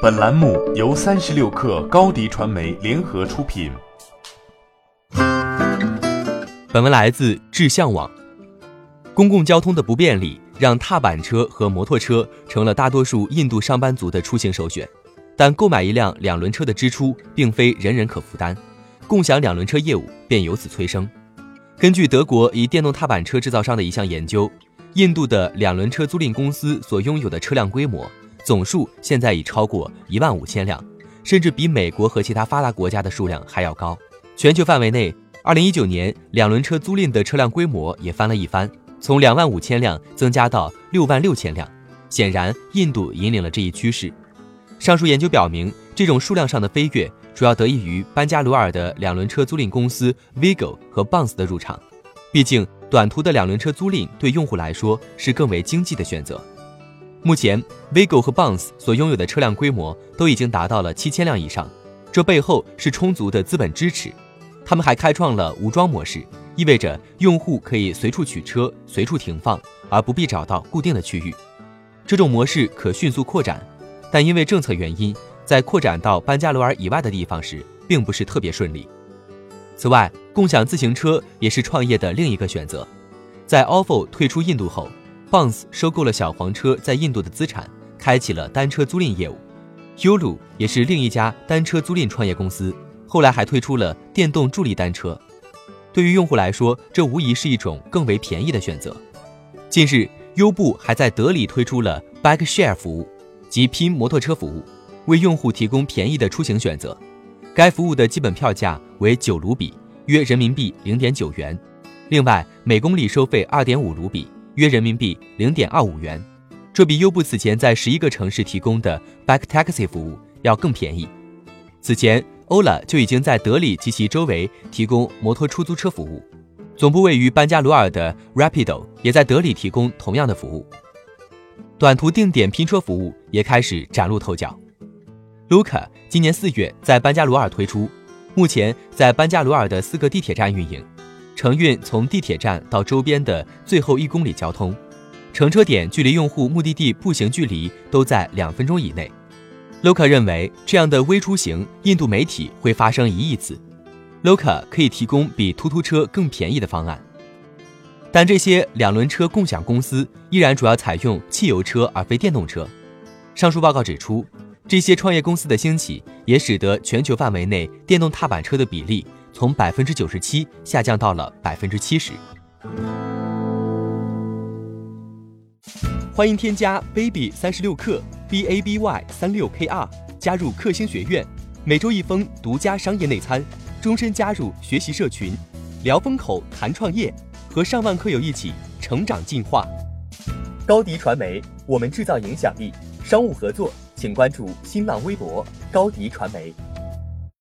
本栏目由36氪高迪传媒联合出品。 本文来自志向网。公共交通的不便利让踏板车和摩托车成了大多数印度上班族的出行首选，但购买一辆两轮车的支出并非人人可负担，共享两轮车业务便由此催生。根据德国一电动踏板车制造商的一项研究，印度的两轮车租赁公司所拥有的车辆规模总数现在已超过15000辆，甚至比美国和其他发达国家的数量还要高。全球范围内，2019年两轮车租赁的车辆规模也翻了一番，从25000辆增加到66000辆。显然，印度引领了这一趋势。上述研究表明，这种数量上的飞跃主要得益于班加罗尔的两轮车租赁公司 Vigo 和 Bounce 的入场。毕竟，短途的两轮车租赁对用户来说是更为经济的选择。目前 Vigo 和 Bounce 所拥有的车辆规模都已经达到了7000辆以上，这背后是充足的资本支持。他们还开创了无桩模式，意味着用户可以随处取车、随处停放，而不必找到固定的区域。这种模式可迅速扩展，但因为政策原因，在扩展到班加罗尔以外的地方时并不是特别顺利。此外，共享自行车也是创业的另一个选择。在 ofo 退出印度后，Bounce 收购了小黄车在印度的资产，开启了单车租赁业务。Yulu 也是另一家单车租赁创业公司，后来还推出了电动助力单车。对于用户来说，这无疑是一种更为便宜的选择。近日，优步还在德里推出了 Bike Share 服务，即拼摩托车服务，为用户提供便宜的出行选择。该服务的基本票价为9卢比，约人民币0.9元。另外，每公里收费2.5卢比，约人民币0.25元，这比优步此前在11个城市提供的 Bike Taxi 服务要更便宜。此前 Ola 就已经在德里及其周围提供摩托出租车服务，总部位于班加罗尔的 Rapido 也在德里提供同样的服务。短途定点拼车服务也开始崭露头角。Luca 今年4月在班加罗尔推出，目前在班加罗尔的4个地铁站运营，承运从地铁站到周边的最后1公里交通，乘车点距离用户目的地步行距离都在2分钟以内。Luca 认为，这样的微出行，印度媒体会发生1亿次。Luca 可以提供比突突车更便宜的方案，但这些两轮车共享公司依然主要采用汽油车而非电动车。上述报告指出，这些创业公司的兴起也使得全球范围内电动踏板车的比例从97%下降到了70%。欢迎添加 baby 36克 BABY 36KR 加入克星学院，每周1封独家商业内参，终身加入学习社群，聊风口谈创业，和上万课友一起成长进化。高迪传媒，我们制造影响力。商务合作请关注新浪微博高迪传媒。